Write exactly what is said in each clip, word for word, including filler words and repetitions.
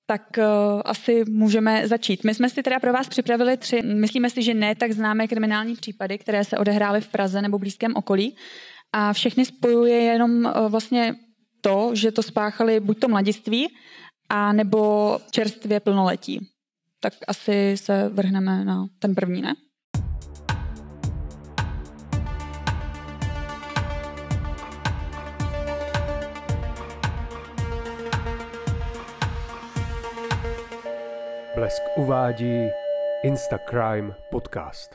Tak uh, asi můžeme začít. My jsme si teda pro vás připravili tři, myslíme si, že ne tak známé kriminální případy, které se odehrály v Praze nebo blízkém okolí. A všechny spojuje jenom uh, vlastně to, že to spáchali buď to mladiství, a nebo čerstvě plnoletí. Tak asi se vrhneme na ten první, ne? Blesk uvádí Instacrime podcast.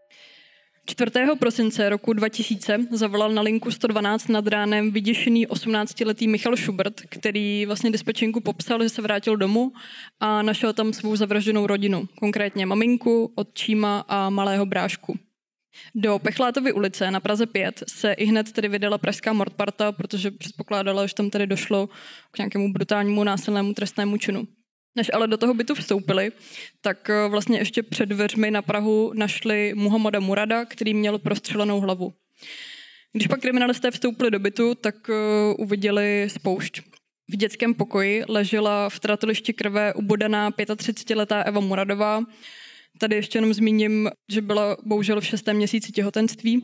čtvrtého prosince roku dva tisíce zavolal na linku sto dvanáct nad ránem vyděšený osmnáctiletý Michal Schubert, který vlastně dispečinku popsal, že se vrátil domů a našel tam svou zavražděnou rodinu, konkrétně maminku, otčíma a malého brášku. Do Pechlátovy ulice na Praze pět se i hned tedy vydala pražská mordparta, protože předpokládala, že tam tedy došlo k nějakému brutálnímu násilnému trestnému činu. Než ale do toho bytu vstoupili, tak vlastně ještě před dveřmi na prahu našli Muhammada Murada, který měl prostřelenou hlavu. Když pak kriminalisté vstoupili do bytu, tak uviděli spoušť. V dětském pokoji ležela v tratolišti krve ubodaná třicetiletá Eva Muradová. Tady ještě jenom zmíním, že byla bohužel v šestém měsíci těhotenství.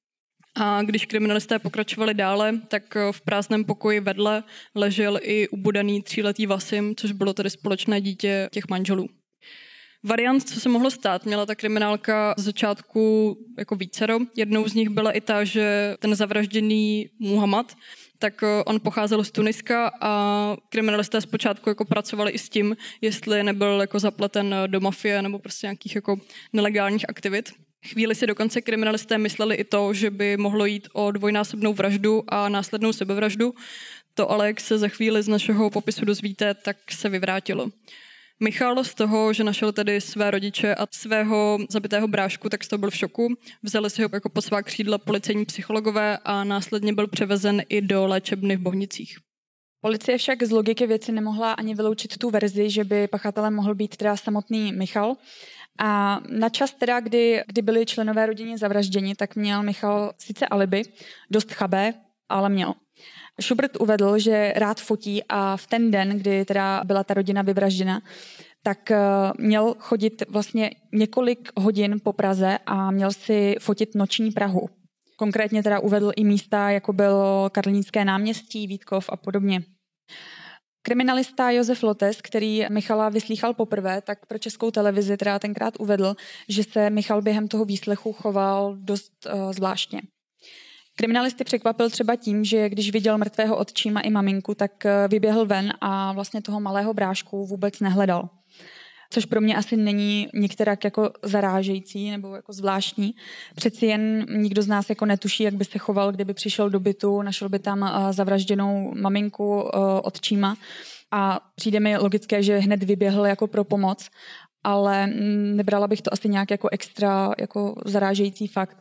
A když kriminalisté pokračovali dále, tak v prázdném pokoji vedle ležel i ubodaný tříletý Vasim, což bylo tedy společné dítě těch manželů. Variant, co se mohlo stát, měla ta kriminálka z začátku jako vícero. Jednou z nich byla i ta, že ten zavražděný Muhammad, tak on pocházel z Tuniska a kriminalisté zpočátku jako pracovali i s tím, jestli nebyl jako zapleten do mafie nebo prostě nějakých jako nelegálních aktivit. Chvíli si dokonce kriminalisté mysleli i to, že by mohlo jít o dvojnásobnou vraždu a následnou sebevraždu. To ale, jak se za chvíli z našeho popisu dozvíte, tak se vyvrátilo. Michal z toho, že našel tedy své rodiče a svého zabitého brášku, tak z toho byl v šoku. Vzali si ho jako pod svá křídla policejní psychologové a následně byl převezen i do léčebny v Bohnicích. Policie však z logiky věci nemohla ani vyloučit tu verzi, že by pachatelem mohl být teda samotný Michal. A na čas teda, kdy, kdy byli členové rodiny zavražděni, tak měl Michal sice alibi, dost chabé, ale měl. Schubert uvedl, že rád fotí a v ten den, kdy teda byla ta rodina vyvražděna, tak měl chodit vlastně několik hodin po Praze a měl si fotit noční Prahu. Konkrétně teda uvedl i místa, jako bylo Karlínské náměstí, Vítkov a podobně. Kriminalista Josef Lotes, který Michala vyslýchal poprvé, tak pro Českou televizi teda tenkrát uvedl, že se Michal během toho výslechu choval dost uh, zvláštně. Kriminalisty překvapil třeba tím, že když viděl mrtvého otčíma i maminku, tak uh, vyběhl ven a vlastně toho malého brášku vůbec nehledal. Což pro mě asi není některak jako zarážející nebo jako zvláštní. Přeci jen nikdo z nás jako netuší, jak by se choval, kdyby přišel do bytu, našel by tam uh, zavražděnou maminku uh, otčíma a přijde mi logické, že hned vyběhl jako pro pomoc, ale nebrala bych to asi nějak jako extra jako zarážející fakt.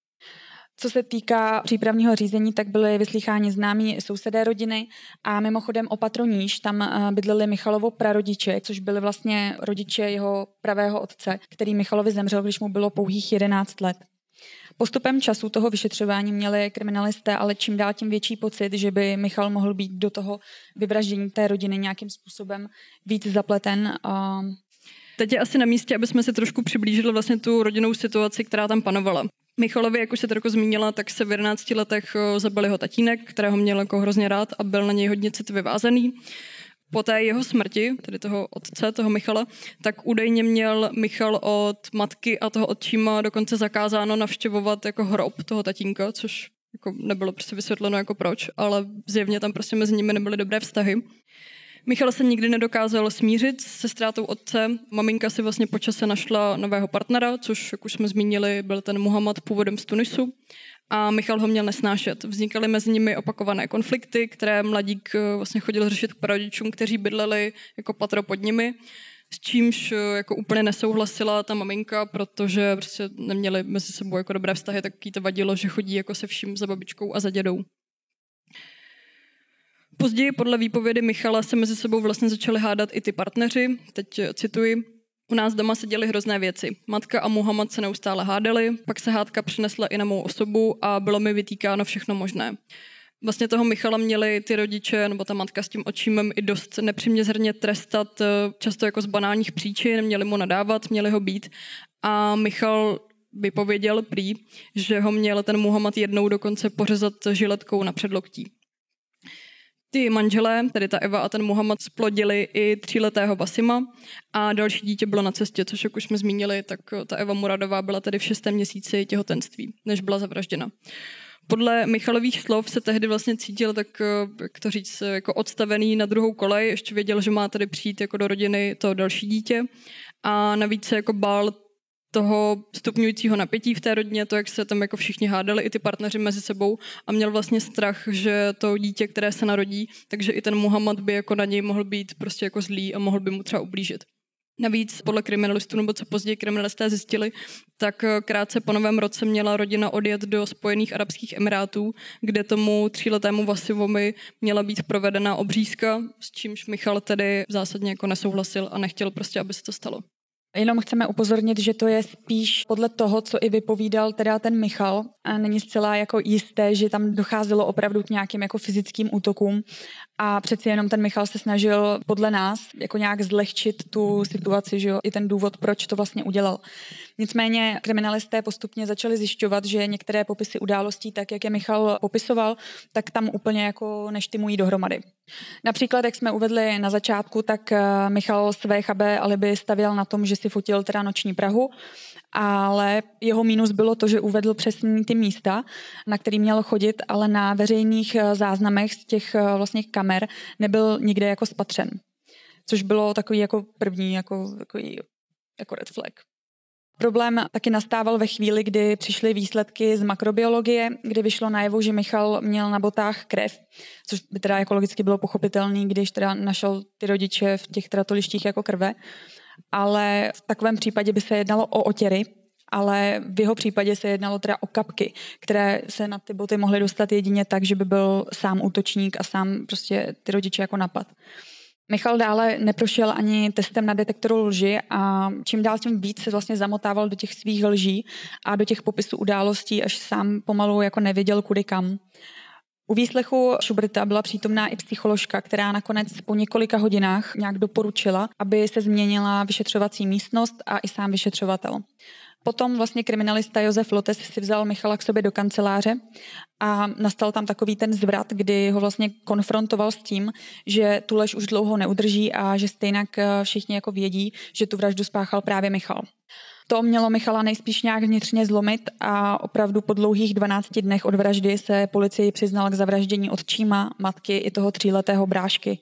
Co se týká přípravního řízení, tak byly vyslýcháni známí sousedé rodiny a mimochodem o patro níž tam bydleli Michalovo prarodiče, což byli vlastně rodiče jeho pravého otce, který Michalovi zemřel, když mu bylo pouhých jedenáct let. Postupem času toho vyšetřování měli kriminalisté ale čím dál tím větší pocit, že by Michal mohl být do toho vyvraždění té rodiny nějakým způsobem víc zapleten. Teď je asi na místě, aby jsme si trošku přiblížili vlastně tu rodinnou situaci, která tam panovala. Michalovi, jak už se trochu zmínila, tak se v jedenácti letech zabil jeho tatínek, kterého měl jako hrozně rád a byl na něj hodně citově vázaný. Po té jeho smrti, tedy toho otce, toho Michala, tak údajně měl Michal od matky a toho otčíma dokonce zakázáno navštěvovat jako hrob toho tatínka, což jako nebylo prostě vysvětleno jako proč, ale zjevně tam prostě mezi nimi nebyly dobré vztahy. Michal se nikdy nedokázal smířit se ztrátou otce. Maminka si vlastně po čase našla nového partnera, což, jak už jsme zmínili, byl ten Muhammad původem z Tunisu. A Michal ho měl nesnášet. Vznikaly mezi nimi opakované konflikty, které mladík vlastně chodil řešit k prarodičům, kteří bydleli jako patro pod nimi, s čímž jako úplně nesouhlasila ta maminka, protože prostě neměli mezi sebou jako dobré vztahy, tak jí to vadilo, že chodí jako se vším za babičkou a za dědou. Později podle výpovědy Michala se mezi sebou vlastně začali hádat i ty partneři, teď cituji, u nás doma se děly hrozné věci. Matka a Muhammad se neustále hádali, pak se hádka přinesla i na mou osobu a bylo mi vytýkáno všechno možné. Vlastně toho Michala měli ty rodiče nebo ta matka s tím očímem i dost nepřiměřeně trestat, často jako z banálních příčin, měli mu nadávat, měli ho bít. A Michal vypověděl prý, že ho měl ten Muhammad jednou dokonce pořezat žiletkou na předloktí. Ty manželé, tedy ta Eva a ten Muhammad, splodili i tříletého Basima a další dítě bylo na cestě, což jak už jsme zmínili, tak ta Eva Muradová byla tedy v šestém měsíci těhotenství, než byla zavražděna. Podle Michalových slov se tehdy vlastně cítil tak, jak to říct, jako odstavený na druhou kolej, ještě věděl, že má tady přijít jako do rodiny to další dítě a navíc se jako bál toho stupňujícího napětí v té rodině, to, jak se tam jako všichni hádali, i ty partneři mezi sebou a měl vlastně strach, že to dítě, které se narodí, takže i ten Muhammad by jako na něj mohl být prostě jako zlý a mohl by mu třeba ublížit. Navíc podle kriminalistů, nebo co později kriminalisté zjistili, tak krátce po novém roce měla rodina odjet do Spojených arabských emirátů, kde tomu tříletému Vasivovi měla být provedena obřízka, s čímž Michal tedy zásadně jako nesouhlasil a nechtěl prostě, aby se to stalo. Jenom chceme upozornit, že to je spíš podle toho, co i vypovídal teda ten Michal. A není zcela jako jisté, že tam docházelo opravdu k nějakým jako fyzickým útokům. A přeci jenom ten Michal se snažil podle nás jako nějak zlehčit tu situaci, že jo, i ten důvod, proč to vlastně udělal. Nicméně kriminalisté postupně začali zjišťovat, že některé popisy událostí, tak jak je Michal popisoval, tak tam úplně jako neštimují dohromady. Například, jak jsme uvedli na začátku, tak Michal své chabé alibi stavěl na tom, že si fotil teda noční Prahu, ale jeho mínus bylo to, že uvedl přesně ty místa, na který měl chodit, ale na veřejných záznamech z těch vlastně kamer nebyl nikde jako spatřen. Což bylo takový jako první jako, takový, jako red flag. Problém taky nastával ve chvíli, kdy přišly výsledky z makrobiologie, kdy vyšlo najevo, že Michal měl na botách krev, což by teda jako logicky bylo pochopitelný, když teda našel ty rodiče v těch tratolištích jako krve. Ale v takovém případě by se jednalo o otěry, ale v jeho případě se jednalo teda o kapky, které se na ty boty mohly dostat jedině tak, že by byl sám útočník a sám prostě ty rodiče jako napad. Michal dále neprošel ani testem na detektoru lži a čím dál tím víc se vlastně zamotával do těch svých lží a do těch popisů událostí, až sám pomalu jako nevěděl kudy kam. U výslechu Schuberta byla přítomná i psycholožka, která nakonec po několika hodinách nějak doporučila, aby se změnila vyšetřovací místnost a i sám vyšetřovatel. Potom vlastně kriminalista Josef Lotes si vzal Michala k sobě do kanceláře a nastal tam takový ten zvrat, kdy ho vlastně konfrontoval s tím, že tu lež už dlouho neudrží a že stejnak všichni jako vědí, že tu vraždu spáchal právě Michal. To mělo Michala nejspíš nějak vnitřně zlomit a opravdu po dlouhých dvanácti dnech od vraždy se policii přiznal k zavraždění otčíma, matky i toho tříletého brášky.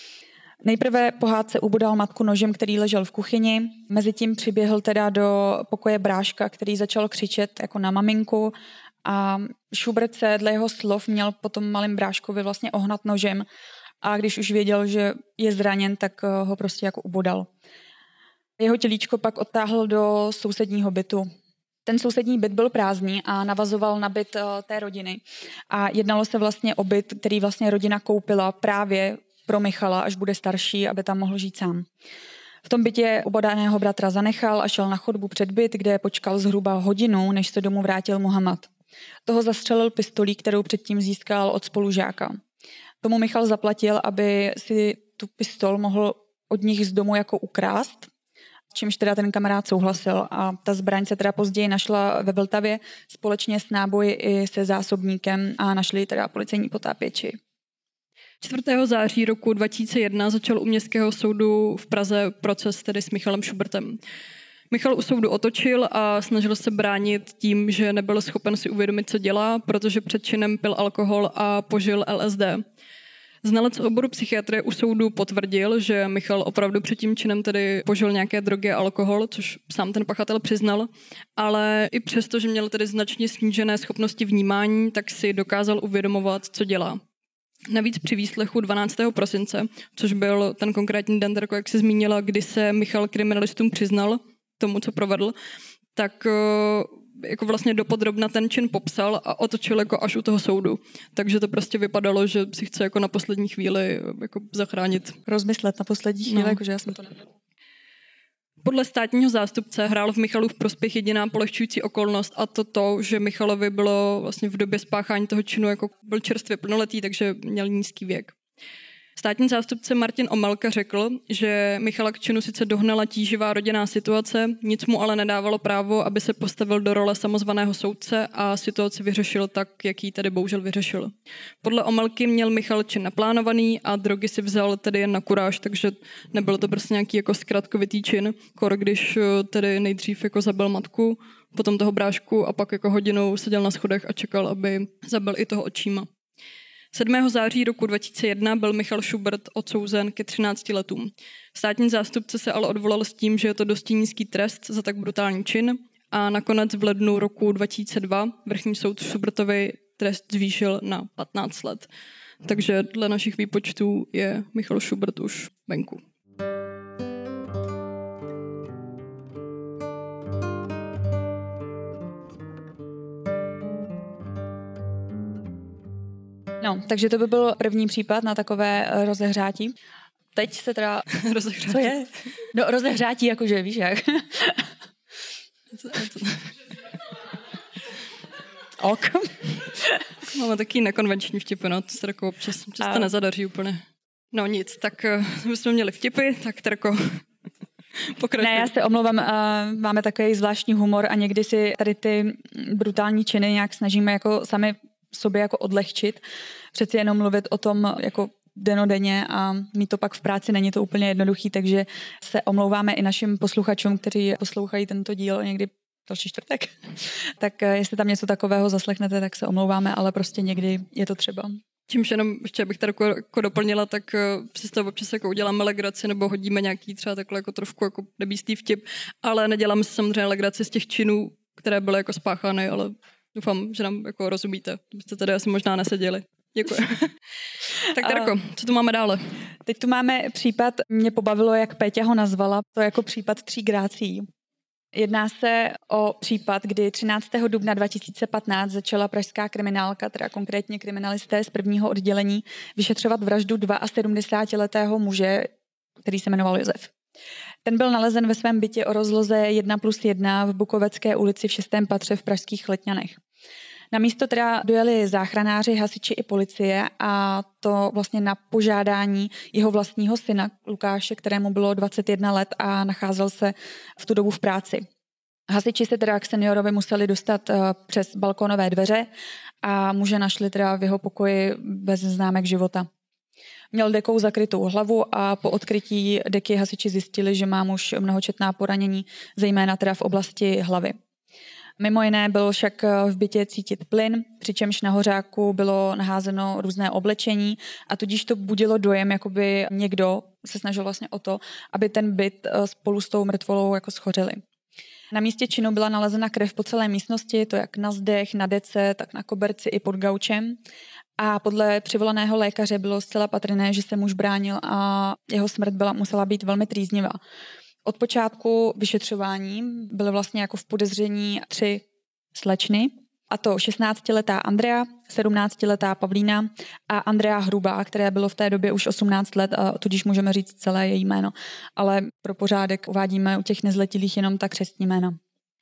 Nejprve pohádce ubodal matku nožem, který ležel v kuchyni, mezitím přiběhl teda do pokoje bráška, který začal křičet jako na maminku a Schubert se dle jeho slov měl potom malým bráškovi vlastně ohnat nožem a když už věděl, že je zraněn, tak ho prostě jako ubodal. Jeho tělíčko pak odtáhl do sousedního bytu. Ten sousední byt byl prázdný a navazoval na byt té rodiny. A jednalo se vlastně o byt, který vlastně rodina koupila právě pro Michala, až bude starší, aby tam mohl žít sám. V tom bytě obodaného bratra zanechal a šel na chodbu před byt, kde počkal zhruba hodinu, než se domů vrátil Muhammad. Toho zastřelil pistolí, kterou předtím získal od spolužáka. Tomu Michal zaplatil, aby si tu pistol mohl od nich z domu jako ukrást, čímž teda ten kamarád souhlasil a ta zbraň se teda později našla ve Vltavě společně s náboji i se zásobníkem a našli teda policejní potápěči. čtvrtého září roku dva tisíce jedna začal u Městského soudu v Praze proces tedy s Michalem Schubertem. Michal u soudu otočil a snažil se bránit tím, že nebyl schopen si uvědomit, co dělá, protože před činem pil alkohol a požil L S D. Znalec oboru psychiatrie u soudu potvrdil, že Michal opravdu před tím činem tedy požil nějaké drogy a alkohol, což sám ten pachatel přiznal, ale i přesto, že měl tedy značně snížené schopnosti vnímání, tak si dokázal uvědomovat, co dělá. Navíc při výslechu dvanáctého prosince, což byl ten konkrétní den, jako jak se zmínila, kdy se Michal kriminalistům přiznal tomu, co provedl, tak jako vlastně dopodrobna ten čin popsal a otočil jako až u toho soudu. Takže to prostě vypadalo, že si chce jako na poslední chvíli jako zachránit. Rozmyslet na poslední chvíli, no. jakože já jsem to nevěděla. Podle státního zástupce hrál v Michalův prospěch jediná polehčující okolnost a to to, že Michalovi bylo vlastně v době spáchání toho činu jako byl čerstvě plnoletý, takže měl nízký věk. Státní zástupce Martin Omelka řekl, že Michala k činu sice dohnala tíživá rodinná situace, nic mu ale nedávalo právo, aby se postavil do role samozvaného soudce a situaci vyřešil tak, jak ji tedy bohužel vyřešil. Podle Omelky měl Michal čin naplánovaný a drogy si vzal tedy jen na kuráž, takže nebyl to prostě nějaký jako zkratkovitý čin, kor když tedy nejdřív jako zabil matku, potom toho brášku a pak jako hodinu seděl na schodech a čekal, aby zabil i toho otčíma. sedmého září roku dva tisíce jedna byl Michal Schubert odsouzen ke třinácti letům. Státní zástupce se ale odvolal s tím, že je to dosti nízký trest za tak brutální čin a nakonec v lednu roku dva tisíce dva vrchní soud Schubertovi trest zvýšil na patnáct let. Takže dle našich výpočtů je Michal Schubert už venku. No, takže to by byl první případ na takové rozehřátí. Teď se teda... rozehřátí. Co je? No, rozehřátí, jakože, víš jak. Ok. Máme taky nekonvenční vtipy, no, to se tako občas, občas to nezadaří úplně. No nic, tak my jsme měli vtipy, tak Terko, pokračuj. Ne, já se omlouvám, uh, máme takový zvláštní humor a někdy si tady ty brutální činy nějak snažíme jako sami sobě jako odlehčit. Přeci jenom mluvit o tom jako denodenně a mít to pak v práci není to úplně jednoduchý, takže se omlouváme i našim posluchačům, kteří poslouchají tento díl někdy další čtvrtek. Tak jestli tam něco takového zaslechnete, tak se omlouváme, ale prostě někdy je to třeba. Čímž jenom ještě bych tady jako, jako doplnila, tak si z toho občas jako uděláme legraci nebo hodíme nějaký třeba takhle jako trošku jako nebýstý vtip, ale neděláme si samozřejmě legraci z těch činů, které byly jako spáchány, ale doufám, že nám jako rozumíte. Byste tady asi možná neseděli. Děkuji. Tak Terko, co tu máme dále? Teď tu máme případ, mě pobavilo, jak Péťa ho nazvala, to jako případ tří grácií. Jedná se o případ, kdy třináctého dubna dva tisíce patnáct začala pražská kriminálka, teda konkrétně kriminalisté z prvního oddělení, vyšetřovat vraždu sedmdesátidvouletého muže, který se jmenoval Josef. Ten byl nalezen ve svém bytě o rozloze jedna plus jedna v Bukovecké ulici v šestém patře v pražských Letňanech. Na místo teda dojeli záchranáři, hasiči i policie a to vlastně na požádání jeho vlastního syna Lukáše, kterému bylo dvacet jedna let a nacházel se v tu dobu v práci. Hasiči se teda k seniorovi museli dostat přes balkonové dveře a muže našli teda v jeho pokoji bez známek života. Měl dekou zakrytou hlavu a po odkrytí deky hasiči zjistili, že má muž mnohočetná poranění, zejména teda v oblasti hlavy. Mimo jiné byl však v bytě cítit plyn, přičemž na hořáku bylo naházeno různé oblečení a tudíž to budilo dojem, jakoby někdo se snažil vlastně o to, aby ten byt spolu s tou mrtvolou jako schořili. Na místě činu byla nalezena krev po celé místnosti, to jak na zdech, na dece, tak na koberci i pod gaučem. A podle přivolaného lékaře bylo zcela patrné, že se muž bránil a jeho smrt byla, musela být velmi trýznivá. Od počátku vyšetřování byly vlastně jako v podezření tři slečny, a to šestnáctiletá Andrea, sedmnáctiletá Pavlína a Andrea Hrubá, které bylo v té době už osmnáct let a tudíž můžeme říct celé její jméno. Ale pro pořádek uvádíme u těch nezletilých jenom ta křestní jména.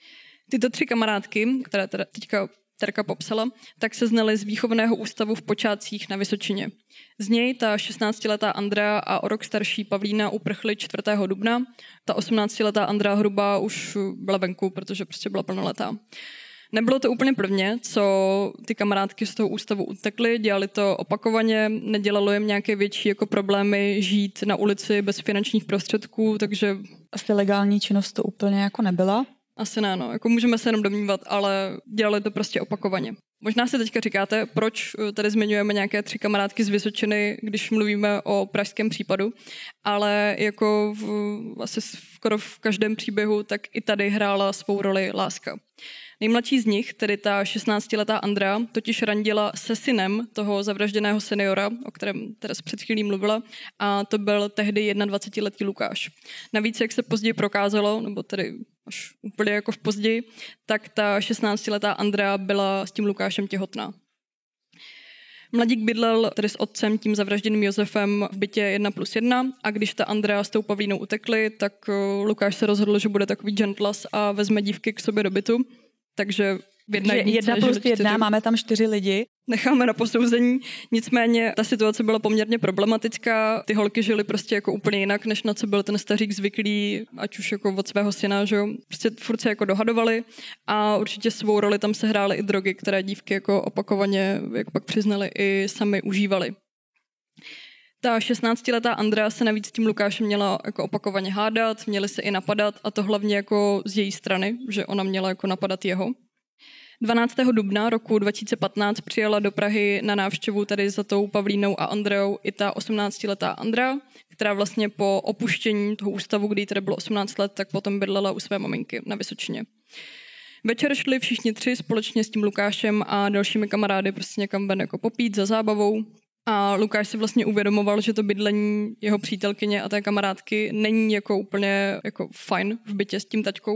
Tyto tři kamarádky, které teda teďka Terka popsala, tak se znaly z výchovného ústavu v počátcích na Vysočině. Z něj ta šestnáctiletá Andrea a o rok starší Pavlína uprchly čtvrtého dubna. Ta osmnáctiletá Andrea Hrubá už byla venku, protože prostě byla plnoletá. Nebylo to úplně prvně, co ty kamarádky z toho ústavu utekly, dělali to opakovaně, nedělalo jim nějaké větší jako problémy žít na ulici bez finančních prostředků, takže... Asi legální činnost to úplně jako nebyla. Asi ne, no. Jako můžeme se jenom domnívat, ale dělali to prostě opakovaně. Možná si teďka říkáte, proč tady zmiňujeme nějaké tři kamarádky z Vysočiny, když mluvíme o pražském případu, ale jako v, asi skoro v každém příběhu, tak i tady hrála svou roli láska. Nejmladší z nich, tedy ta šestnáctiletá Andrea, totiž randila se synem toho zavražděného seniora, o kterém Teres před chvílí mluvila, a to byl tehdy dvacetiletý Lukáš. Navíc, jak se později prokázalo, nebo tedy až úplně jako v později, tak ta šestnáctiletá Andrea byla s tím Lukášem těhotná. Mladík bydlel tedy s otcem, tím zavražděným Josefem, v bytě jedna plus jedna a když ta Andrea s tou Pavlínou utekli, tak Lukáš se rozhodl, že bude takový gentlas a vezme dívky k sobě do bytu. Takže v jedna, jedna plus jedna, máme tam čtyři lidi. Necháme na posouzení, nicméně ta situace byla poměrně problematická, ty holky žily prostě jako úplně jinak, než na co byl ten stařík zvyklý, ať už jako od svého syna, že jo, prostě furt se jako dohadovali a určitě svou roli tam se hrály i drogy, které dívky jako opakovaně, jak pak přiznali, i sami užívali. Ta šestnáctiletá Andrea se navíc tím Lukášem měla jako opakovaně hádat, měli se i napadat a to hlavně jako z její strany, že ona měla jako napadat jeho. dvanáctého dubna roku dva tisíce patnáct přijela do Prahy na návštěvu tady za tou Pavlínou a Andreou i ta osmnáctiletá Andrea, která vlastně po opuštění toho ústavu, kdy jí tady bylo osmnáct let, tak potom bydlela u své maminky na Vysočině. Večer šli všichni tři společně s tím Lukášem a dalšími kamarády prostě někam ven jako popít za zábavou. A Lukáš si vlastně uvědomoval, že to bydlení jeho přítelkyně a té kamarádky není jako úplně jako fajn v bytě s tím taťkou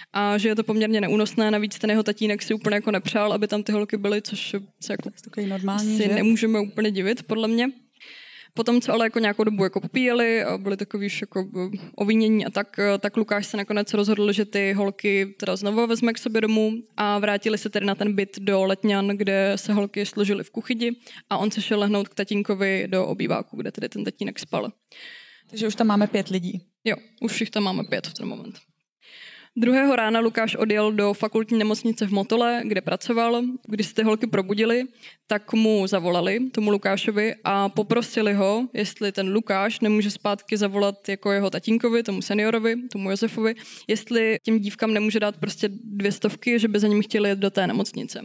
a že je to poměrně neúnosné. Navíc ten jeho tatínek si úplně jako nepřál, aby tam ty holky byly, což se jako normální, si že? nemůžeme úplně divit, podle mě. Potom, co ale jako nějakou dobu jako popíjeli a byli takový už jako ovínění a tak, tak Lukáš se nakonec rozhodl, že ty holky teda znovu vezme k sobě domů a vrátili se tedy na ten byt do Letňan, kde se holky složily v kuchydi a on se šel lehnout k tatínkovi do obýváku, kde tedy ten tatínek spal. Takže už tam máme pět lidí. Jo, už jich tam máme pět v ten moment. Druhého rána Lukáš odjel do fakultní nemocnice v Motole, kde pracoval. Když se ty holky probudili, tak mu zavolali, tomu Lukášovi, a poprosili ho, jestli ten Lukáš nemůže zpátky zavolat jako jeho tatínkovi, tomu seniorovi, tomu Josefovi, jestli těm dívkám nemůže dát prostě dvě stovky, že by za ním chtěli jet do té nemocnice.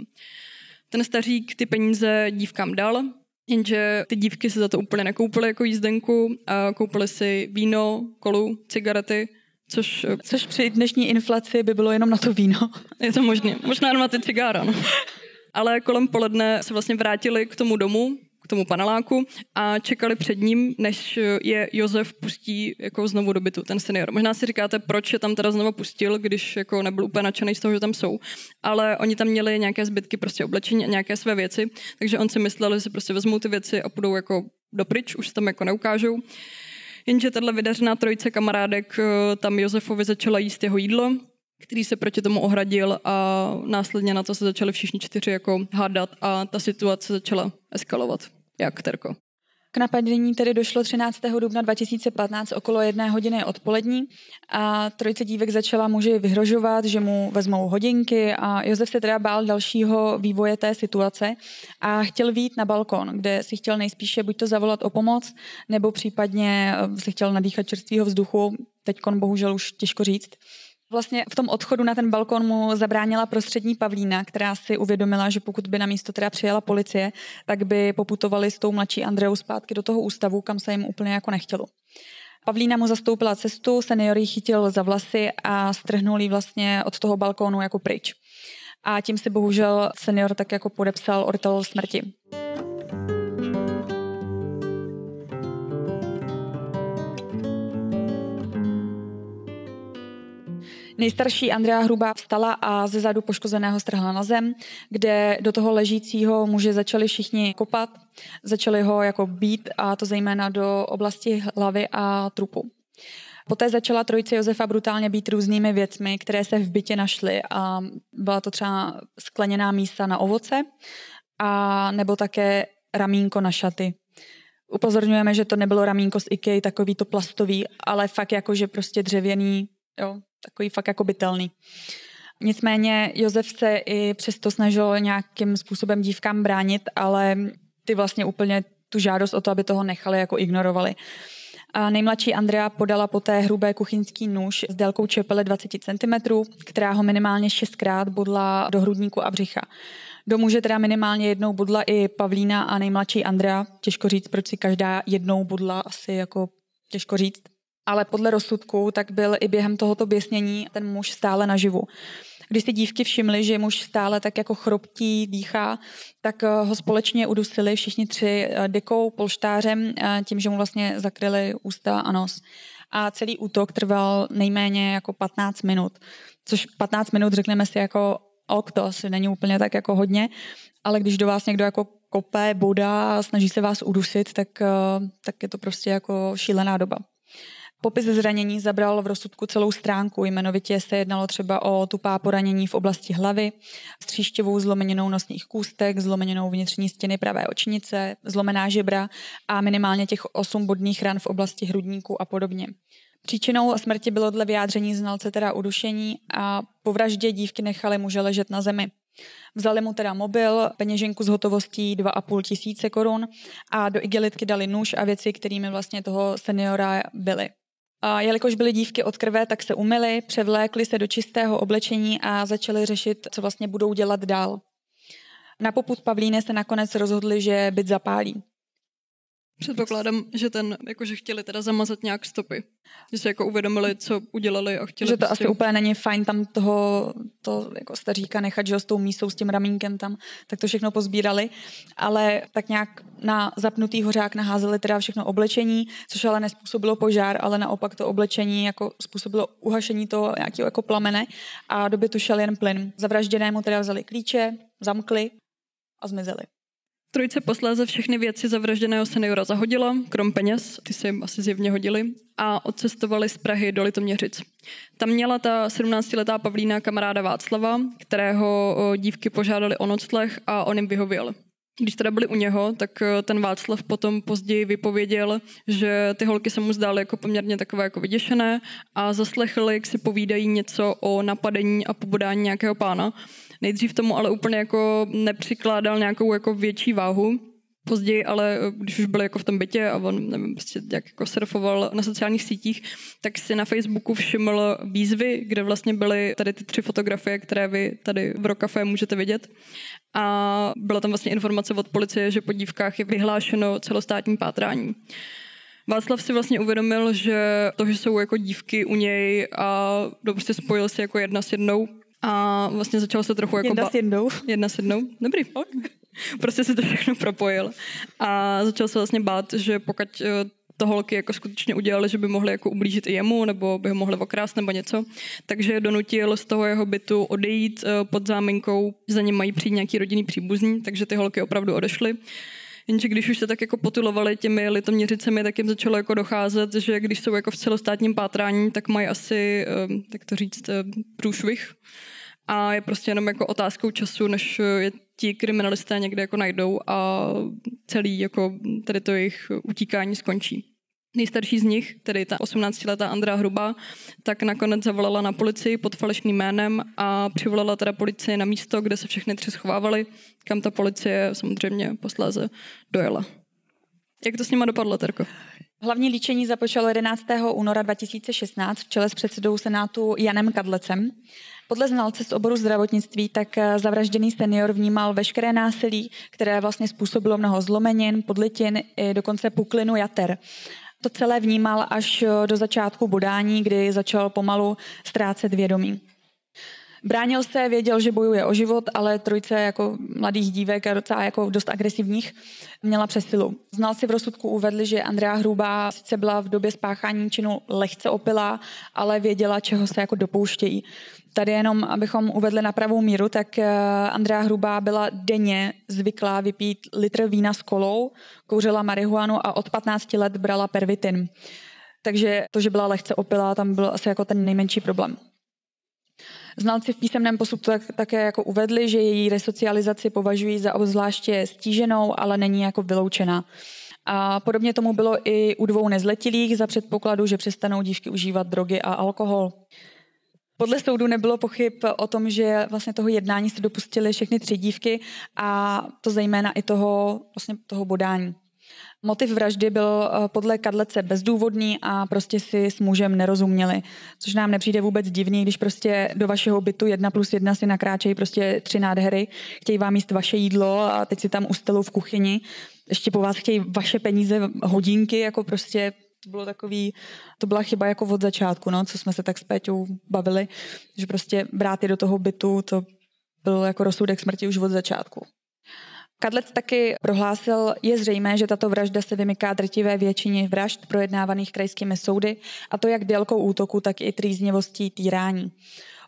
Ten stařík ty peníze dívkám dal, jenže ty dívky se za to úplně nekoupily jako jízdenku a koupily si víno, kolu, cigarety, Což, Což při dnešní inflaci by bylo jenom na to víno. Je to možné. Možná jenom na ty cigára. No. Ale kolem poledne se vlastně vrátili k tomu domu, k tomu paneláku a čekali před ním, než je Josef pustí jako znovu do bytu, ten senior. Možná si říkáte, proč je tam teda znovu pustil, když jako nebyl úplně nadšený z toho, že tam jsou. Ale oni tam měli nějaké zbytky prostě oblečení a nějaké své věci, takže on si myslel, že si prostě vezmou ty věci a půjdou jako dopryč, už se tam jako neukážou. Jenže tato vydařená trojice kamarádek tam Josefovi začala jíst jeho jídlo, který se proti tomu ohradil a následně na to se začali všichni čtyři jako hádat a ta situace začala eskalovat. Jak, Terko? K napadení tedy došlo třináctého dubna dva tisíce patnáct okolo jedné hodiny odpolední a trojice dívek začala muži vyhrožovat, že mu vezmou hodinky a Josef se teda bál dalšího vývoje té situace a chtěl vyjít na balkon, kde si chtěl nejspíše buď to zavolat o pomoc, nebo případně si chtěl nadýchat čerstvého vzduchu, teďkon bohužel už těžko říct. Vlastně v tom odchodu na ten balkon mu zabránila prostřední Pavlína, která si uvědomila, že pokud by na místo teda přijela policie, tak by poputovali s tou mladší Andreou zpátky do toho ústavu, kam se jim úplně jako nechtělo. Pavlína mu zastoupila cestu, senior ji chytil za vlasy a strhnul ji vlastně od toho balkónu jako pryč. A tím si bohužel senior tak jako podepsal ortel smrti. Nejstarší Andrea Hrubá vstala a ze zadu poškozeného strhla na zem, kde do toho ležícího muže začali všichni kopat, začali ho jako bít a to zejména do oblasti hlavy a trupu. Poté začala trojice Josefa brutálně být různými věcmi, které se v bytě našly a byla to třeba skleněná mísa na ovoce a nebo také ramínko na šaty. Upozorňujeme, že to nebylo ramínko z IKEA, takový to plastový, ale fakt jakože prostě dřevěný, jo, takový fakt jako bytelný. Nicméně Josef se i přesto snažil nějakým způsobem dívkám bránit, ale ty vlastně úplně tu žádost o to, aby toho nechali, jako ignorovali. A nejmladší Andrea podala poté hrubé kuchyňský nůž s délkou čepele dvacet centimetrů, která ho minimálně šestkrát bodla do hrudníku a břicha. Do muže teda minimálně jednou bodla i Pavlína a nejmladší Andrea. Těžko říct, proč si každá jednou bodla, asi jako těžko říct. Ale podle rozsudku tak byl i během tohoto běsnění ten muž stále naživu. Když si dívky všimly, že muž stále tak jako chroptí, dýchá, tak ho společně udusili všichni tři dekou, polštářem, tím, že mu vlastně zakryli ústa a nos. A celý útok trval nejméně jako patnáct minut, což patnáct minut řekneme si jako ok, to asi není úplně tak jako hodně, ale když do vás někdo jako kope, bodá, snaží se vás udusit, tak, tak je to prostě jako šílená doba. Popis zranění zabral v rozsudku celou stránku, jmenovitě se jednalo třeba o tupá poranění v oblasti hlavy, stříštěvou zlomeněnou nosních kůstek, zlomeněnou vnitřní stěny pravé očnice, zlomená žebra a minimálně těch osm bodných ran v oblasti hrudníku a podobně. Příčinou smrti bylo dle vyjádření znalce teda udušení a po vraždě dívky nechali muže ležet na zemi. Vzali mu teda mobil, peněženku s hotovostí dva a půl tisíce korun a do igelitky dali nůž a věci, kterými vlastně toho seniora byly. A jelikož byly dívky od krve, tak se umyly, převlékly se do čistého oblečení a začaly řešit, co vlastně budou dělat dál. Na popud Pavlíny se nakonec rozhodli, že byt zapálí. Předpokládám, že ten, jakože chtěli teda zamazat nějak stopy. Že se jako uvědomili, co udělali a chtěli... Že to prostě... asi úplně není fajn tam toho to jako staříka nechat, že s tou mísou, s tím ramínkem tam, tak to všechno pozbírali. Ale tak nějak na zapnutý hořák naházeli teda všechno oblečení, což ale nespůsobilo požár, ale naopak to oblečení jako způsobilo uhašení toho nějakého jako plamene a do bytu šel jen plyn. Zavražděnému teda vzali klíče, zamkli a zmizeli. Trojice posléze všechny věci zavražděného seniora zahodila, krom peněz, ty se jim asi zjevně hodili, a odcestovali z Prahy do Litoměřic. Tam měla ta sedmnáctiletá Pavlína kamaráda Václava, kterého dívky požádali o nocleh a on jim vyhověl. Když teda byli u něho, tak ten Václav potom později vypověděl, že ty holky se mu zdály jako poměrně takové jako vyděšené a zaslechli, jak si povídají něco o napadení a pobodání nějakého pána. Nejdřív tomu ale úplně jako nepřikládal nějakou jako větší váhu. Později ale, když už byl jako v tom bytě a on, nevím, prostě jak jako surfoval na sociálních sítích, tak si na Facebooku všiml výzvy, kde vlastně byly tady ty tři fotografie, které vy tady v Rokafé můžete vidět. A byla tam vlastně informace od policie, že po dívkách je vyhlášeno celostátní pátrání. Václav si vlastně uvědomil, že to, že jsou jako dívky u něj a prostě spojil se jako jedna s jednou a vlastně začal se trochu jako... Jedna ba- s jednou. Jedna s jednou. Dobrý. Prostě si to všechno propojil a začal se vlastně bát, že pokud to holky jako skutečně udělali, že by mohli jako ublížit i jemu, nebo by ho mohli okrást nebo něco, takže donutil z toho jeho bytu odejít pod záminkou, že za ním mají přijít nějaký rodinný příbuzní, takže ty holky opravdu odešly. Jenže když už se tak jako potulovali těmi Litoměřicemi, tak jim začalo jako docházet, že když jsou jako v celostátním pátrání, tak mají asi, tak to říct, průšvih. A je prostě jenom jako otázkou času, než je ti kriminalisté někde jako najdou a celý jako tady to jejich utíkání skončí. Nejstarší z nich, tedy ta osmnáctiletá Andrea Hrubá, tak nakonec zavolala na policii pod falešným jménem a přivolala teda policii na místo, kde se všechny tři schovávali, kam ta policie samozřejmě posléze dojela. Jak to s nima dopadlo, Terko? Hlavní líčení započalo jedenáctého února dva tisíce šestnáct v čele s předsedou Senátu Janem Kadlecem. Podle znalce z oboru zdravotnictví tak zavražděný senior vnímal veškeré násilí, které vlastně způsobilo mnoho zlomenin, podlitin i dokonce puklinu jater. To celé vnímal až do začátku bodání, kdy začal pomalu ztrácet vědomí. Bránil se, věděl, že bojuje o život, ale trojice jako mladých dívek a docela jako dost agresivních měla přesilu. Znalci v rozsudku uvedli, že Andrea Hrubá sice byla v době spáchání činu lehce opilá, ale věděla, čeho se jako dopouštějí. Tady jenom, abychom uvedli na pravou míru, tak Andrea Hrubá byla denně zvyklá vypít litr vína s kolou, kouřila marihuanu a od patnácti let brala pervitin. Takže to, že byla lehce opilá, tam byl asi jako ten nejmenší problém. Znalci v písemném posudku tak, také jako uvedli, že její resocializaci považují za obzvláště stíženou, ale není jako vyloučená. A podobně tomu bylo i u dvou nezletilých za předpokladu, že přestanou dívky užívat drogy a alkohol. Podle soudu nebylo pochyb o tom, že vlastně toho jednání se dopustily všechny tři dívky a to zejména i toho, vlastně toho bodání. Motiv vraždy byl podle Kadlece bezdůvodný a prostě si s mužem nerozuměli, což nám nepřijde vůbec divný, když prostě do vašeho bytu jedna plus jedna si nakráčejí prostě tři nádhery, chtějí vám jíst vaše jídlo a teď si tam ustelou v kuchyni, ještě po vás chtějí vaše peníze, hodinky, jako prostě to bylo takový, to byla chyba jako od začátku, no, co jsme se tak s Péťou bavili, že prostě brát je do toho bytu, to byl jako rozsudek smrti už od začátku. Kadlec taky prohlásil, je zřejmé, že tato vražda se vymyká drtivé většině vražd projednávaných krajskými soudy, a to jak délkou útoku, tak i trýznivostí týrání.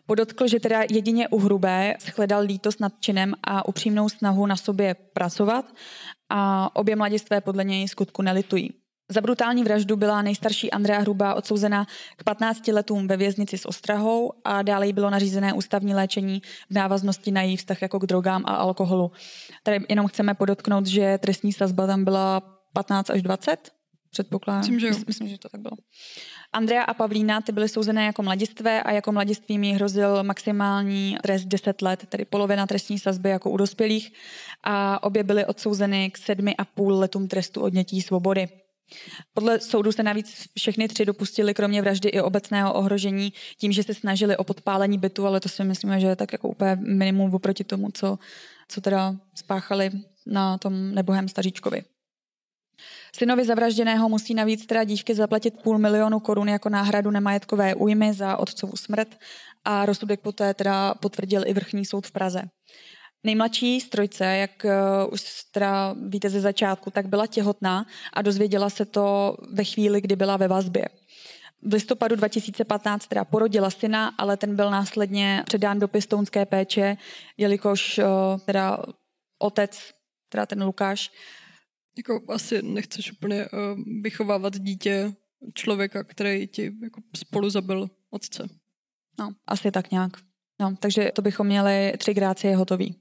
Podotkl, že teda jedině u Hrubé shledal lítost nad činem a upřímnou snahu na sobě pracovat a obě mladistvé podle něj skutku nelitují. Za brutální vraždu byla nejstarší Andrea Hrubá odsouzena k patnácti letům ve věznici s ostrahou a dále jí bylo nařízené ústavní léčení v návaznosti na její vztah jako k drogám a alkoholu. Tady jenom chceme podotknout, že trestní sazba tam byla patnáct až dvacet, předpokládám. Myslím, že, Myslím, že to tak bylo. Andrea a Pavlína ty byly souzené jako mladistvé a jako mladistvím jí hrozil maximální trest deset let, tedy polovina trestní sazby jako u dospělých a obě byly odsouzeny k sedmi a půl letům trestu odnětí svobody. Podle soudu se navíc všechny tři dopustili kromě vraždy i obecného ohrožení tím, že se snažili o podpálení bytu, ale to si myslíme, že je tak jako úplně minimum oproti tomu, co, co teda spáchali na tom nebohém staříčkovi. Synovi zavražděného musí navíc teda dívky zaplatit půl milionu korun jako náhradu nemajetkové újmy za otcovu smrt a rozsudek poté teda potvrdil i vrchní soud v Praze. Nejmladší z trojce, jak uh, už teda víte ze začátku, tak byla těhotná a dozvěděla se to ve chvíli, kdy byla ve vazbě. V listopadu dva tisíce patnáct teda porodila syna, ale ten byl následně předán do pěstounské péče, jelikož uh, teda otec, teda ten Lukáš, jako asi nechceš úplně uh, vychovávat dítě člověka, který ti jako spolu zabil otce. No, asi tak nějak. No, takže to bychom měli tři grácie hotový.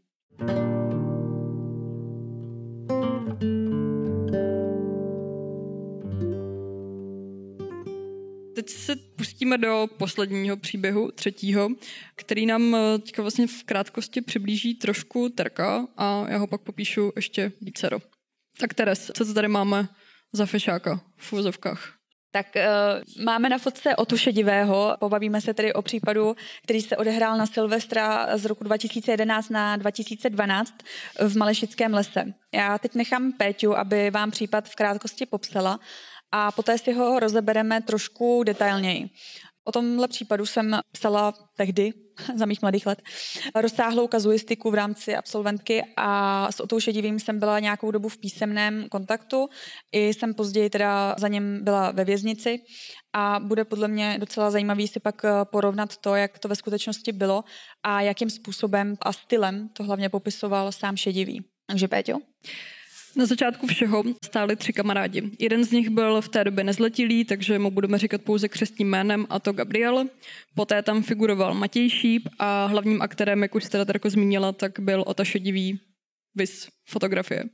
Teď se pustíme do posledního příběhu, třetího, který nám teďka vlastně v krátkosti přiblíží trošku Terka a já ho pak popíšu ještě vícero. Tak Teres, co to tady máme za fešáka v uvozovkách? Tak uh, máme na fotce Otu Šedivého, pobavíme se tedy o případu, který se odehrál na Silvestra z roku dva tisíce jedenáct na dva tisíce dvanáct v Malešickém lese. Já teď nechám Péťu, aby vám případ v krátkosti popsala a poté si ho rozebereme trošku detailněji. O tomhle případu jsem psala tehdy, za mých mladých let, rozsáhlou kazuistiku v rámci absolventky a s Otou Šedivým jsem byla nějakou dobu v písemném kontaktu. I jsem později teda za něm byla ve věznici a bude podle mě docela zajímavý si pak porovnat to, jak to ve skutečnosti bylo a jakým způsobem a stylem to hlavně popisoval sám Šedivý. Takže Péťo? Na začátku všeho stáli tři kamarádi. Jeden z nich byl v té době nezletilý, takže mu budeme říkat pouze křestním jménem, a to Gabriel. Poté tam figuroval Matěj Šíp a hlavním aktérem, jak už jste teda Terko zmínila, tak byl Ota Šedivý, vis fotografie.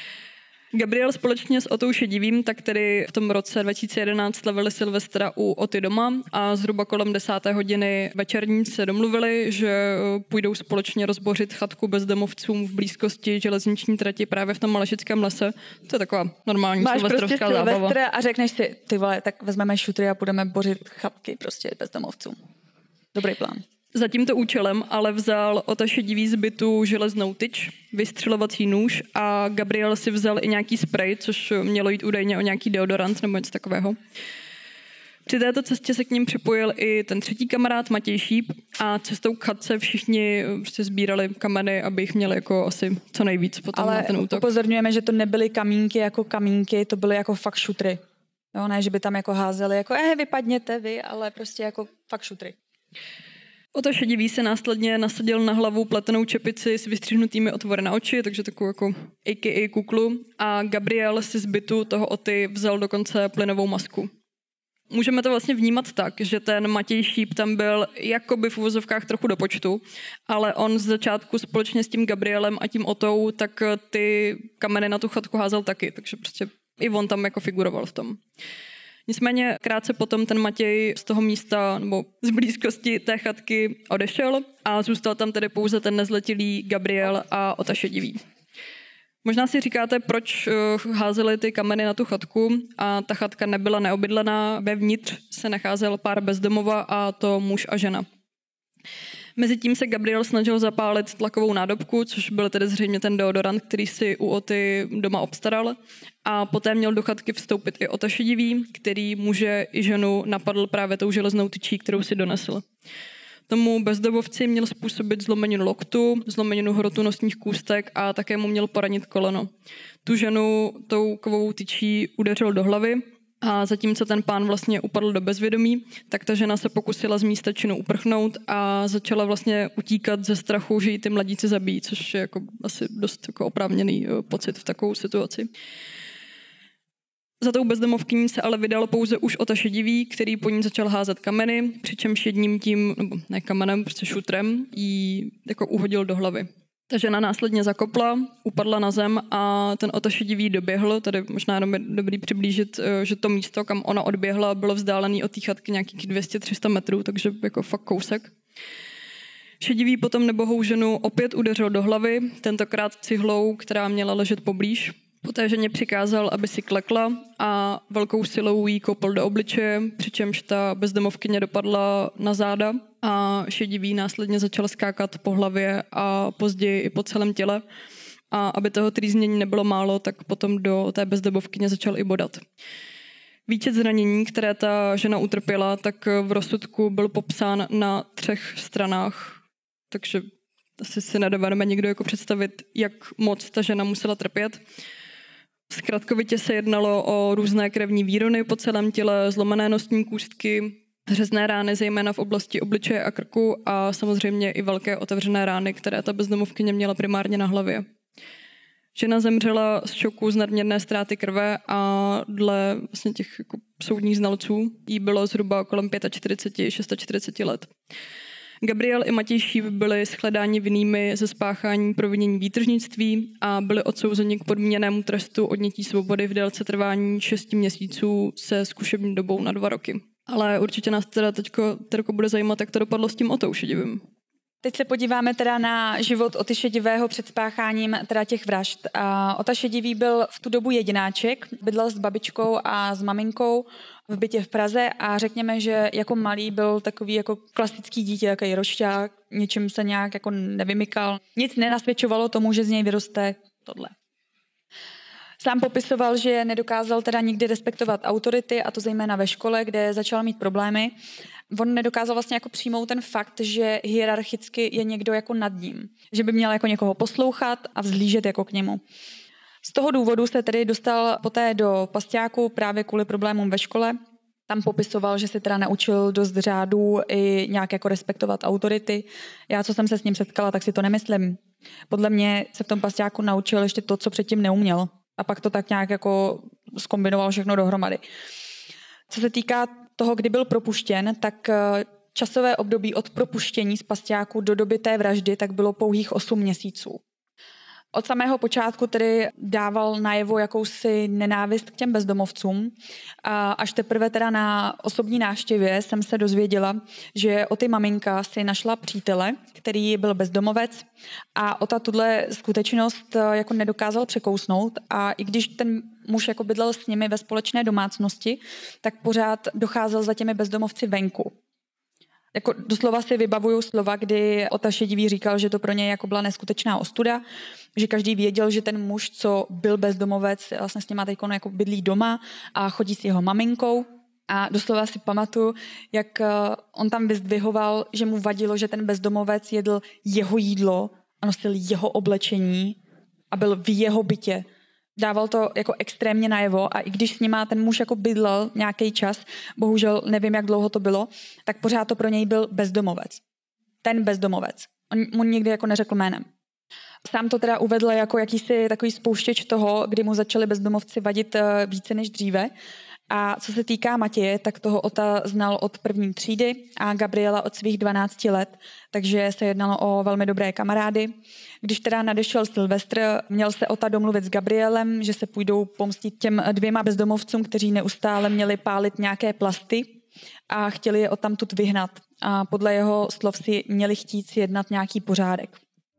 Gabriel společně s Otou Šedivým tak tedy v tom roce dva tisíce jedenáct slavili Silvestra u Oty doma a zhruba kolem desáté hodiny večerní se domluvili, že půjdou společně rozbořit chatku bezdomovcům v blízkosti železniční trati právě v tom Malešickém lese. To je taková normální Máš silvestrovská prostě zábava. Silvestra a řekneš si, ty vole, tak vezmeme šutry a budeme bořit chatky prostě bezdomovcům. Dobrý plán. Za tímto účelem ale vzal Ota Šedivý z bytu železnou tyč, vystřelovací nůž a Gabriel si vzal i nějaký sprej, což mělo jít údajně o nějaký deodorant nebo něco takového. Při této cestě se k ním připojil i ten třetí kamarád Matěj Šíp a cestou k chatce všichni prostě sbírali kameny, aby jich měli jako asi co nejvíc potom ale na ten útok. Ale upozorňujeme, že to nebyly kamínky jako kamínky, to byly jako fakt šutry. Jo, ne, že by tam jako házeli, jako eh, vypadněte vy, ale prostě jako fakt šutry. Ota Šedivý se následně nasadil na hlavu pletenou čepici s vystřihnutými otvory na oči, takže takovou jako á ká á kuklu, a Gabriel si z bytu toho Oty vzal dokonce plynovou masku. Můžeme to vlastně vnímat tak, že ten Matěj Šíp tam byl jakoby v uvozovkách trochu do počtu, ale on z začátku společně s tím Gabrielem a tím Otou tak ty kameny na tu chatku házel taky, takže prostě i on tam jako figuroval v tom. Nicméně krátce potom ten Matěj z toho místa nebo z blízkosti té chatky odešel a zůstal tam tedy pouze ten nezletilý Gabriel a Ota Šedivý. Možná si říkáte, proč házeli ty kameny na tu chatku a ta chatka nebyla neobydlená, vevnitř se nacházel pár bezdomova a to muž a žena. Mezitím se Gabriel snažil zapálit tlakovou nádobku, což byl tedy zřejmě ten deodorant, který si u Oty doma obstaral. A poté měl do chatky vstoupit i Ota Šedivý, který muže i ženu napadl právě tou železnou tyčí, kterou si donesl. Tomu bezdomovci měl způsobit zlomeninu loktu, zlomeninu hrotu nosních kůstek a také mu měl poranit koleno. Tu ženu tou kovovou tyčí udeřil do hlavy, A zatímco ten pán vlastně upadl do bezvědomí, tak ta žena se pokusila z místa činu uprchnout a začala vlastně utíkat ze strachu, že ji ty mladíci zabijí, což je jako asi dost jako oprávněný pocit v takovou situaci. Za tou bezdomovkyní se ale vydal pouze už Ota Šedivý, který po ní začal házet kameny, přičemž jedním tím, nebo ne kamenem, prostě šutrem, jí jako uhodil do hlavy. Ta žena následně zakopla, upadla na zem a ten Ota Šedivý doběhl, tady možná jenom je dobrý přiblížit, že to místo, kam ona odběhla, bylo vzdálený od té chatky nějakých dvě stě tři sta metrů, takže jako fakt kousek. Šedivý potom nebohou ženu opět udeřil do hlavy, tentokrát cihlou, která měla ležet poblíž. Poté ženě přikázal, aby si klekla a velkou silou jí kopl do obličeje, přičemž ta bezdomovkyně dopadla na záda a Šedivý následně začal skákat po hlavě a později i po celém těle. A aby toho trýznění nebylo málo, tak potom do té bezdomovkyně začal i bodat. Výčet zranění, které ta žena utrpěla, tak v rozsudku byl popsán na třech stranách, takže asi si nedovedeme někdo jako představit, jak moc ta žena musela trpět. Zkratkovitě se jednalo o různé krevní výrony po celém těle, zlomené nosní kůstky, řezné rány zejména v oblasti obličeje a krku a samozřejmě i velké otevřené rány, které ta bezdomovkyně měla primárně na hlavě. Žena zemřela z šoku z nadměrné ztráty krve a dle vlastně těch jako soudních znalců jí bylo zhruba kolem čtyřicet pět, čtyřicet šest let. Gabriel i Matěj Šíp byli shledáni vinnými ze spáchání provinění výtržnictví a byli odsouzeni k podmíněnému trestu odnětí svobody v délce trvání šesti měsíců se zkušební dobou na dva roky. Ale určitě nás teda teďko, teďko bude zajímat, jak to dopadlo s tím Otou Šedivým. Teď se podíváme teda na život Oty Šedivého před spácháním teda těch vražd. A Ota Šedivý byl v tu dobu jedináček, bydlel s babičkou a s maminkou v bytě v Praze a řekněme, že jako malý byl takový jako klasický dítě, takový rošťák, ničím se nějak jako nevymykal. Nic nenasvědčovalo tomu, že z něj vyroste tohle. Sám popisoval, že nedokázal teda nikdy respektovat autority, a to zejména ve škole, kde začal mít problémy. On nedokázal vlastně jako přijmout ten fakt, že hierarchicky je někdo jako nad ním. Že by měl jako někoho poslouchat a vzhlížet jako k němu. Z toho důvodu se tedy dostal poté do pasťáku právě kvůli problémům ve škole. Tam popisoval, že se teda naučil dost řádů i nějak jako respektovat autority. Já, co jsem se s ním setkala, tak si to nemyslím. Podle mě se v tom pasťáku naučil ještě to, co předtím neuměl. A pak to tak nějak jako zkombinoval všechno dohromady. Co se týká toho, kdy byl propuštěn, tak časové období od propuštění z pasťáku do doby té vraždy tak bylo pouhých osm měsíců. Od samého počátku tedy dával najevo jakousi nenávist k těm bezdomovcům a až teprve teda na osobní návštěvě jsem se dozvěděla, že Oty maminka si našla přítele, který byl bezdomovec a Ota tuhle skutečnost jako nedokázal překousnout a i když ten muž jako bydlel s nimi ve společné domácnosti, tak pořád docházel za těmi bezdomovci venku. Jako doslova si vybavuju slova, kdy Ota Šedivý říkal, že to pro něj jako byla neskutečná ostuda, že každý věděl, že ten muž, co byl bezdomovec, vlastně s něma teď jako bydlí doma a chodí s jeho maminkou. A doslova si pamatuju, jak on tam vyzdvihoval, že mu vadilo, že ten bezdomovec jedl jeho jídlo a nosil jeho oblečení a byl v jeho bytě. Dával to jako extrémně najevo a i když s nima ten muž jako bydlel nějaký čas, bohužel nevím, jak dlouho to bylo, tak pořád to pro něj byl bezdomovec. Ten bezdomovec. On mu nikdy jako neřekl jménem. Sám to teda uvedl jako jakýsi takový spouštěč toho, kdy mu začali bezdomovci vadit více než dříve. A co se týká Matěje, tak toho Ota znal od první třídy a Gabriela od svých dvanácti let, takže se jednalo o velmi dobré kamarády. Když teda nadešel Silvestr, měl se Ota domluvit s Gabrielem, že se půjdou pomstit těm dvěma bezdomovcům, kteří neustále měli pálit nějaké plasty a chtěli je odtamtud vyhnat. A podle jeho slov si měli chtít sjednat nějaký pořádek.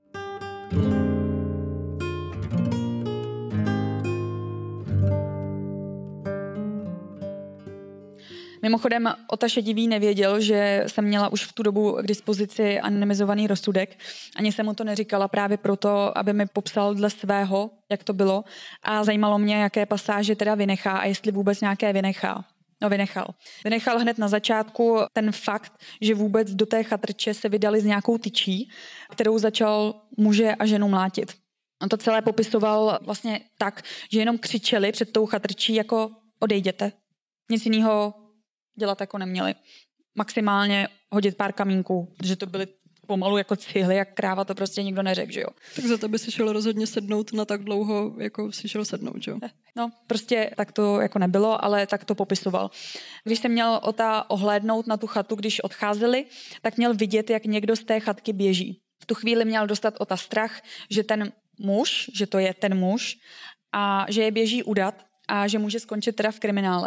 Mimochodem, Ota Šedivý nevěděl, že jsem měla už v tu dobu k dispozici anonymizovaný rozsudek. Ani jsem mu to neříkala právě proto, aby mi popsal dle svého, jak to bylo. A zajímalo mě, jaké pasáže teda vynechá a jestli vůbec nějaké vynechá. No, vynechal. Vynechal hned na začátku ten fakt, že vůbec do té chatrče se vydali s nějakou tyčí, kterou začal muže a ženu mlátit. On to celé popisoval vlastně tak, že jenom křičeli před tou chatrčí jako odejděte. Nic jiného dělat jako neměli. Maximálně hodit pár kamínků, protože to byly pomalu jako cihly, jak kráva, to prostě nikdo neřekl, že jo. Tak za to by si šel rozhodně sednout na tak dlouho, jako si šel sednout, že jo. No, prostě tak to jako nebylo, ale tak to popisoval. Když jsem měl Ota ohlédnout na tu chatu, když odcházeli, tak měl vidět, jak někdo z té chatky běží. V tu chvíli měl dostat Ota strach, že ten muž, že to je ten muž a že je běží udat a že může skončit teda v kriminále.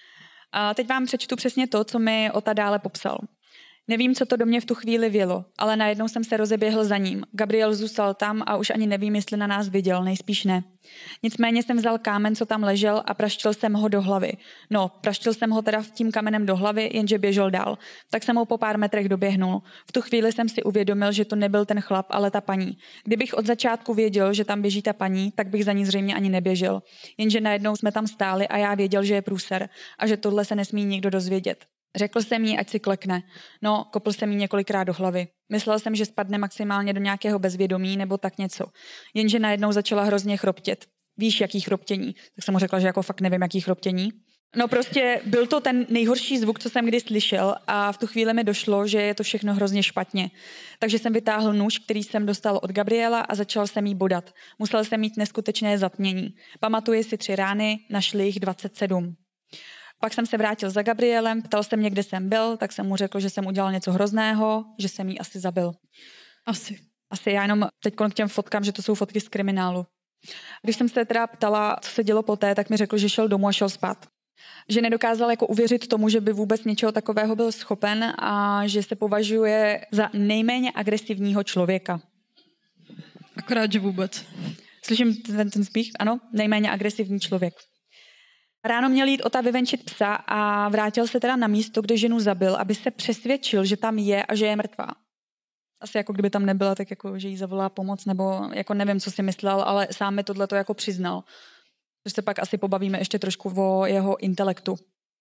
A teď vám přečtu přesně to, co mi Ota dále popsal. Nevím, co to do mě v tu chvíli vělo, ale najednou jsem se rozeběhl za ním. Gabriel zůstal tam a už ani nevím, jestli na nás viděl, nejspíš ne. Nicméně jsem vzal kámen, co tam ležel a praštil jsem ho do hlavy. No, praštil jsem ho teda tím kamenem do hlavy, jenže běžel dál. Tak jsem ho po pár metrech doběhnul. V tu chvíli jsem si uvědomil, že to nebyl ten chlap, ale ta paní. Kdybych od začátku věděl, že tam běží ta paní, tak bych za ní zřejmě ani neběžel. Jenže najednou jsme tam stáli a já věděl, že je průser a že tohle se nesmí nikdo dozvědět. Řekl jsem jí, ať si klekne. No, kopl jsem jí několikrát do hlavy. Myslel jsem, že spadne maximálně do nějakého bezvědomí nebo tak něco. Jenže najednou začala hrozně chroptět. Víš, jaký chroptění? Tak jsem mu řekla, že jako fakt nevím, jaký chroptění. No prostě byl to ten nejhorší zvuk, co jsem kdy slyšel a v tu chvíli mi došlo, že je to všechno hrozně špatně. Takže jsem vytáhl nůž, který jsem dostal od Gabriela a začal jsem jí bodat. Musel jsem mít neskutečné zatmění. Pamatuji si tři rány, našli jich dvacet sedm. Pak jsem se vrátil za Gabrielem, ptal jsem mě, kde jsem byl, tak jsem mu řekl, že jsem udělal něco hrozného, že jsem jí asi zabil. Asi. Asi já jenom teď k těm fotkám, že to jsou fotky z kriminálu. Když jsem se teda ptala, co se dělo poté, tak mi řekl, že šel domů a šel spát. Že nedokázal jako uvěřit tomu, že by vůbec něčeho takového byl schopen a že se považuje za nejméně agresivního člověka. Akorát, že vůbec. Slyším ten, ten smích? Ano, nejméně agresivní člověk. Ráno měl jít Ota vyvenčit psa a vrátil se teda na místo, kde ženu zabil, aby se přesvědčil, že tam je a že je mrtvá. Asi jako kdyby tam nebyla, tak jako, že jí zavolá pomoc, nebo jako nevím, co si myslel, ale sám mi tohleto jako přiznal. Což se pak asi pobavíme ještě trošku o jeho intelektu.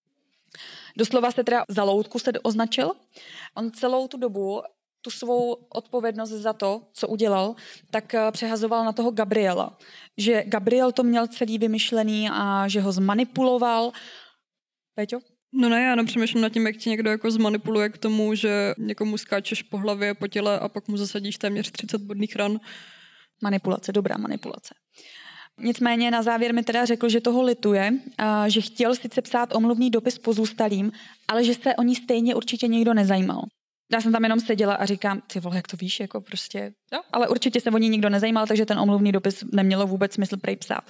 Doslova se teda za loutku se označil. On celou tu dobu tu svou odpovědnost za to, co udělal, tak přehazoval na toho Gabriela. Že Gabriel to měl celý vymyšlený a že ho zmanipuloval. Péťo? No ne, já nepřemýšlím nad tím, jak ti někdo jako zmanipuluje k tomu, že někomu skáčeš po hlavě, po těle a pak mu zasadíš téměř třicet bodných ran. Manipulace, dobrá manipulace. Nicméně na závěr mi teda řekl, že toho lituje, a že chtěl sice psát omluvný dopis pozůstalým, ale že se o ní stejně určitě nikdo nezajímal. Já jsem tam jenom seděla a říkám, ty vole, jak to víš, jako prostě, jo, ale určitě se o ní nikdo nezajímal, takže ten omluvný dopis nemělo vůbec smysl prej psát.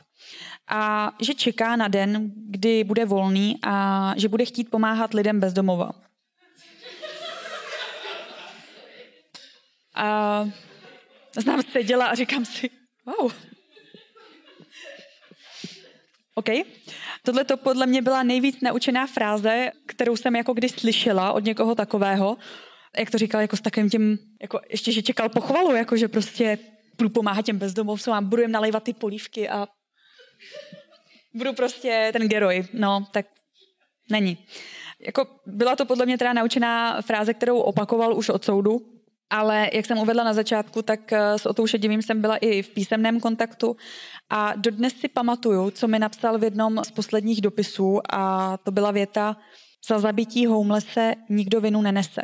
A že čeká na den, kdy bude volný a že bude chtít pomáhat lidem bez domova. A znám seděla a říkám si, wow. OK. Tohle to podle mě byla nejvíc naučená fráze, kterou jsem jako kdy slyšela od někoho takového. Jak to říkal, jako s takovým tím, jako ještě, že čekal pochvalu, jako že prostě budu pomáhat těm bezdomovcům a budu jim nalévat ty polívky a budu prostě ten geroj. No, tak není. Jako byla to podle mě teda naučená fráze, kterou opakoval už od soudu, ale jak jsem uvedla na začátku, tak s Otou Šedivým jsem byla i v písemném kontaktu a dodnes si pamatuju, co mi napsal v jednom z posledních dopisů a to byla věta: za zabití homelesse nikdo vinu nenese.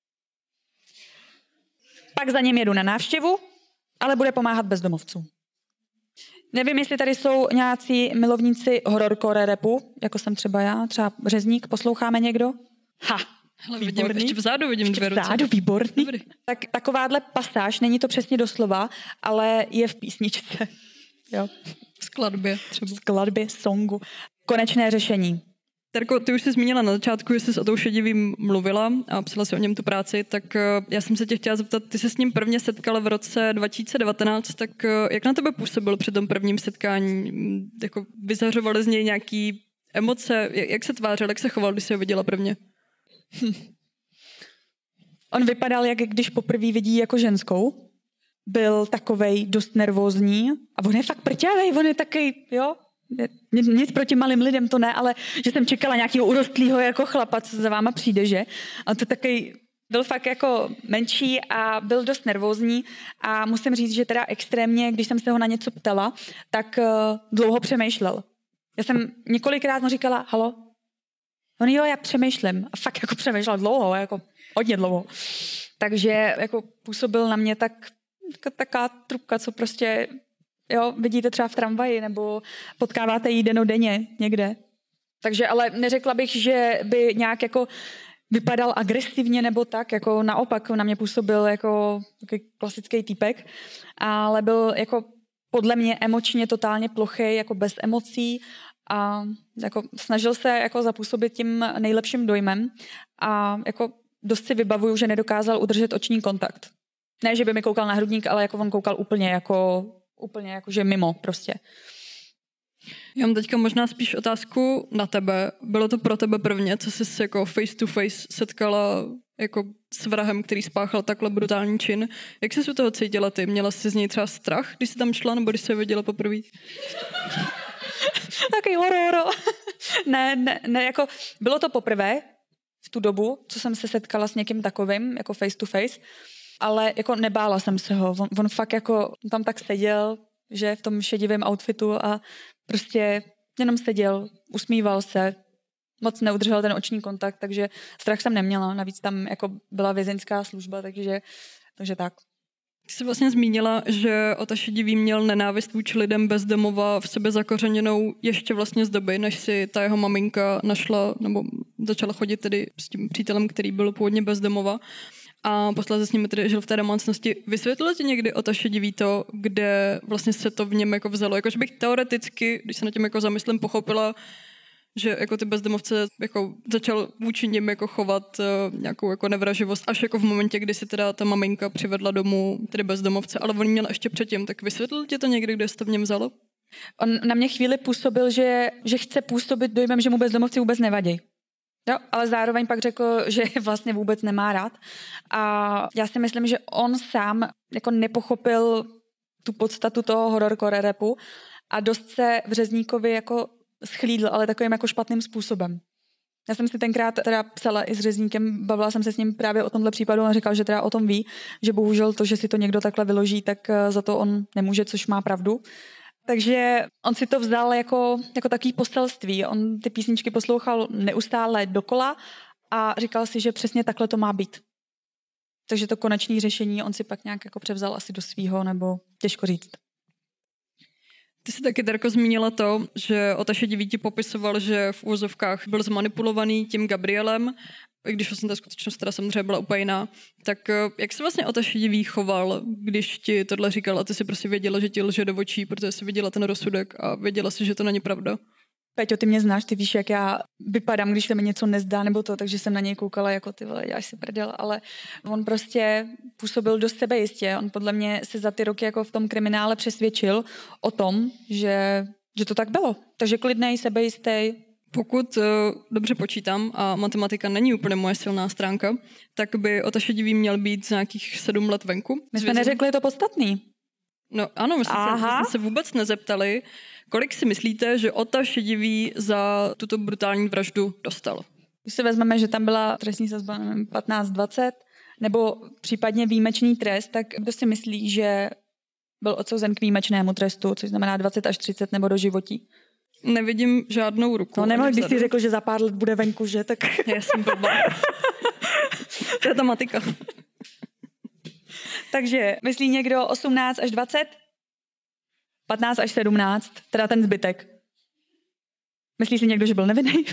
Pak za ním jedu na návštěvu, ale bude pomáhat bezdomovcům. Nevím, jestli tady jsou nějací milovníci horrorcore rapu, jako jsem třeba já, třeba Řezník, posloucháme někdo? Ha! Hele, vidím, ještě vzadu vidím ještě dvě ruce. Vzadu, výborný. Dobrý. Tak takováhle pasáž, není to přesně doslova, ale je v písničce. Jo. V skladbě třeba. V skladbě, songu. Konečné řešení. Terko, ty už jsi zmínila na začátku, že jsi s Otou Šedivým mluvila a psala si o něm tu práci, tak já jsem se tě chtěla zeptat, ty se s ním prvně setkala v roce dva tisíce devatenáct, tak jak na tebe působil při tom prvním setkání? Jako vyzařovaly z něj nějaký emoce? Jak se tvářil, jak se choval, když jsi ho viděla prvně? Hm. On vypadal, jak když poprvé vidí jako ženskou. Byl takovej dost nervózní a on je fakt prťavej, on je takovej, jo, nic proti malým lidem to ne, ale že jsem čekala nějakého urostlýho jako chlapa, co za váma přijde, že? A to takový byl fakt jako menší a byl dost nervózní a musím říct, že teda extrémně, když jsem se ho na něco ptala, tak uh, dlouho přemýšlel. Já jsem několikrát mu říkala, halo, On jo, já přemýšlím. A fakt jako přemýšlel dlouho, jako hodně dlouho. Takže jako působil na mě tak, tak taká trubka, co prostě jo, vidíte třeba v tramvaji nebo potkáváte jí dennodenně někde. Takže ale neřekla bych, že by nějak jako vypadal agresivně nebo tak, jako naopak na mě působil jako klasický týpek, ale byl jako podle mě emočně totálně plochý, jako bez emocí a jako snažil se jako zapůsobit tím nejlepším dojmem a jako dost si vybavuju, že nedokázal udržet oční kontakt. Ne, že by mi koukal na hrudník, ale jako on koukal úplně jako, úplně jako že mimo prostě. Já mám teďka možná spíš otázku na tebe. Bylo to pro tebe prvně, co jsi se jako face to face setkala jako s vrahem, který spáchal takhle brutální čin? Jak jsi u toho cítila ty? Měla jsi z něj třeba strach, když jsi tam šla, nebo když jsi je viděla poprvé? Takový horor. ne, ne, ne, jako bylo to poprvé v tu dobu, co jsem se setkala s někým takovým, jako face to face, ale jako nebála jsem se ho. On, on fakt jako tam tak seděl, že v tom šedivém outfitu a prostě jenom seděl, usmíval se, moc neudržel ten oční kontakt, takže strach jsem neměla. Navíc tam jako byla vězeňská služba, takže, takže tak. Ty jsi vlastně zmínila, že Ota Šedivý měl nenávist vůči lidem bez domova v sebe zakořeněnou ještě vlastně z doby, než si ta jeho maminka našla, nebo začala chodit tedy s tím přítelem, který byl původně bez domova. A posledně s nimi tedy žil v té domácnosti. Vysvětlil ti někdy Ota Šedivý to, kde vlastně se to v něm jako vzalo? Jakože bych teoreticky, když se na tím jako zamyslím, pochopila, že jako ty bezdomovce jako začal vůči nim jako chovat uh, nějakou jako nevraživost, až jako v momentě, kdy si teda ta maminka přivedla domů tedy bezdomovce, ale on měl ještě předtím. Tak vysvětlil ti to někdy, kde se to v něm vzalo? On na mě chvíli působil, že, že chce působit dojmem, že mu bezdomovci vůbec nevadí. Jo, ale zároveň pak řekl, že vlastně vůbec nemá rád. A já si myslím, že on sám jako nepochopil tu podstatu toho horrorcore rapu a dost se v Řezníkovi jako schlídl, ale takovým jako špatným způsobem. Já jsem si tenkrát teda psala i s Řezníkem, bavila jsem se s ním právě o tomhle případu, on říkal, že teda o tom ví, že bohužel to, že si to někdo takhle vyloží, tak za to on nemůže, což má pravdu. Takže on si to vzal jako, jako takový poselství. On ty písničky poslouchal neustále dokola a říkal si, že přesně takhle to má být. Takže to konečné řešení on si pak nějak jako převzal asi do svýho, nebo těžko říct. Ty jsi taky, Terko, zmínila to, že Ota Šedivý ti popisoval, že v úvozovkách byl zmanipulovaný tím Gabrielem, i když vlastně ta skutečnost teda samozřejmě byla úplně jiná. Tak jak se vlastně Ota Šedivý choval, když ti tohle říkal a ty si prostě věděla, že ti lže do očí, protože jsi viděla ten rozsudek a věděla si, že to není pravda? Peťo, ty mě znáš, ty víš, jak já vypadám, když se mi něco nezdá nebo to, takže jsem na něj koukala jako ty vole, děláš si prdel, ale on prostě působil dost sebejistě. On podle mě se za ty roky jako v tom kriminále přesvědčil o tom, že, že to tak bylo. Takže klidnej, sebejistý. Pokud uh, dobře počítám a matematika není úplně moje silná stránka, tak by Ota Šedivý měl být z nějakých sedm let venku. My jsme neřekli to podstatný. No ano, my jsme se, my jsme se vůbec nezeptali, kolik si myslíte, že Ota Šedivý za tuto brutální vraždu dostal? Když si vezmeme, že tam byla trestní sazba patnáct dvacet, nebo případně výjimečný trest, tak kdo si myslí, že byl odsouzen k výjimečnému trestu, což znamená dvacet až třicet nebo do životí? Nevidím žádnou ruku. No nemohl, když jsi řekl, že za pár let bude venku, že? Tak... Já jsem blbá. To je ta matika. Takže myslí někdo osmnáct až dvacet? patnáct až sedmnáct, teda ten zbytek. Myslí si někdo, že byl nevinný?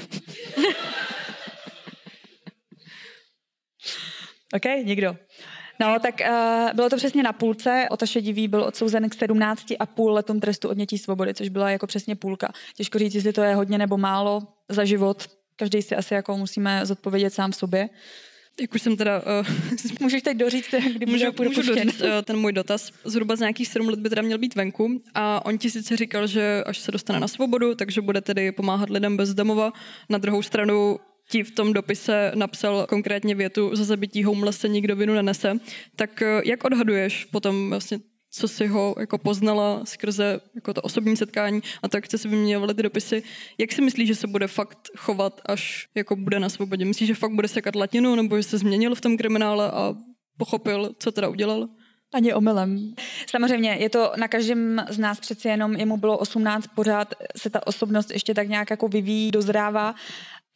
OK, nikdo. No, tak uh, bylo to přesně na půlce. Ota Šedivý byl odsouzen k sedmnácti a půl letům trestu odnětí svobody, což byla jako přesně půlka. Těžko říct, jestli to je hodně nebo málo za život. Každý si asi jako musíme zodpovědět sám v sobě. Jak už jsem teda... Uh, Můžeš teď doříct, kdy můžu, můžu doříct uh, ten můj dotaz. Zhruba z nějakých sedm let by teda měl být venku a on ti sice říkal, že až se dostane na svobodu, takže bude tedy pomáhat lidem bez domova. Na druhou stranu ti v tom dopise napsal konkrétně větu, za zabití homeless se nikdo vinu nenese. Tak uh, jak odhaduješ potom vlastně, co si ho jako poznala skrze jako to osobní setkání a tak jste si vyměňovali ty dopisy. Jak si myslíš, že se bude fakt chovat, až jako bude na svobodě? Myslíš, že fakt bude sekat latinu, nebo že se změnil v tom kriminále a pochopil, co teda udělal? Ani omylem. Samozřejmě je to na každém z nás přeci jenom, jemu bylo osmnáct, pořád se ta osobnost ještě tak nějak jako vyvíjí, dozrává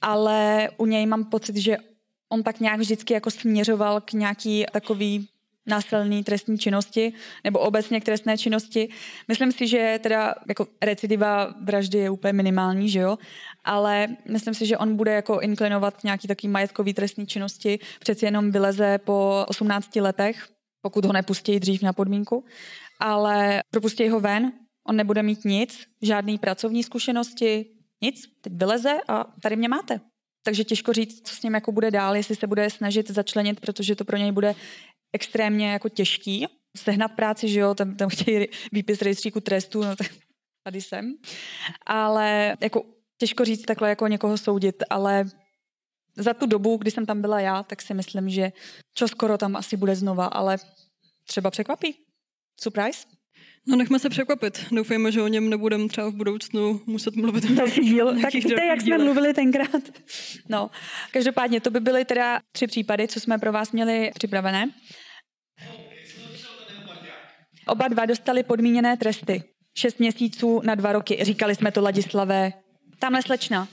ale u něj mám pocit, že on tak nějak vždycky jako směřoval k nějaký takový násilný trestní činnosti nebo obecně k trestné činnosti. Myslím si, že teda jako recidiva vraždy je úplně minimální, že jo? Ale myslím si, že on bude jako inklinovat k nějaký takový majetkový trestní činnosti. Přeci jenom vyleze po osmnácti letech, pokud ho nepustí dřív na podmínku, ale propustí ho ven, on nebude mít nic, žádný pracovní zkušenosti, nic, teď vyleze a tady mě máte. Takže těžko říct, co s ním jako bude dál, jestli se bude snažit začlenit, protože to pro něj bude extrémně jako těžký. Sehnat práci, že jo, tam, tam chtějí výpis rejstříku trestů, no tak tady jsem. Ale jako těžko říct takhle jako někoho soudit, ale za tu dobu, kdy jsem tam byla já, tak si myslím, že čo skoro tam asi bude znova, ale třeba překvapí. Surprise? No nechme se překvapit. Doufejme, že o něm nebudeme třeba v budoucnu muset mluvit. Další díl. Tak víte, jak jsme mluvili tenkrát. No, každopádně to by byly teda tři případy, co jsme pro vás měli připravené. Oba dva dostali podmíněné tresty. Šest měsíců na dva roky. Říkali jsme to Ladislavé. Tamhle slečna.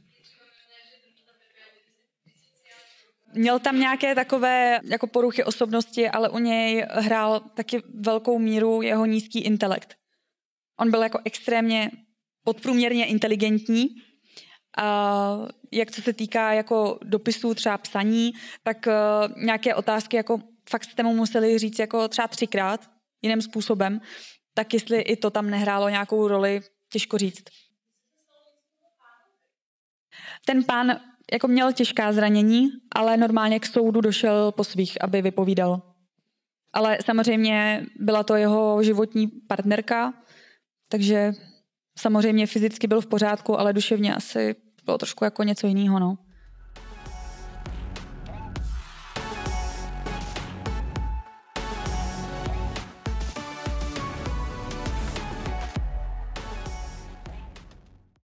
Měl tam nějaké takové jako poruchy osobnosti, ale u něj hrál taky velkou míru jeho nízký intelekt. On byl jako extrémně podprůměrně inteligentní. A jak co se týká jako dopisů, třeba psaní, tak uh, nějaké otázky jako fakt jste mu museli říct jako třeba třikrát jiným způsobem, tak jestli i to tam nehrálo nějakou roli, těžko říct. Ten pán jako měl těžká zranění, ale normálně k soudu došel po svých, aby vypovídal. Ale samozřejmě byla to jeho životní partnerka, takže samozřejmě fyzicky byl v pořádku, ale duševně asi bylo trošku jako něco jiného, no.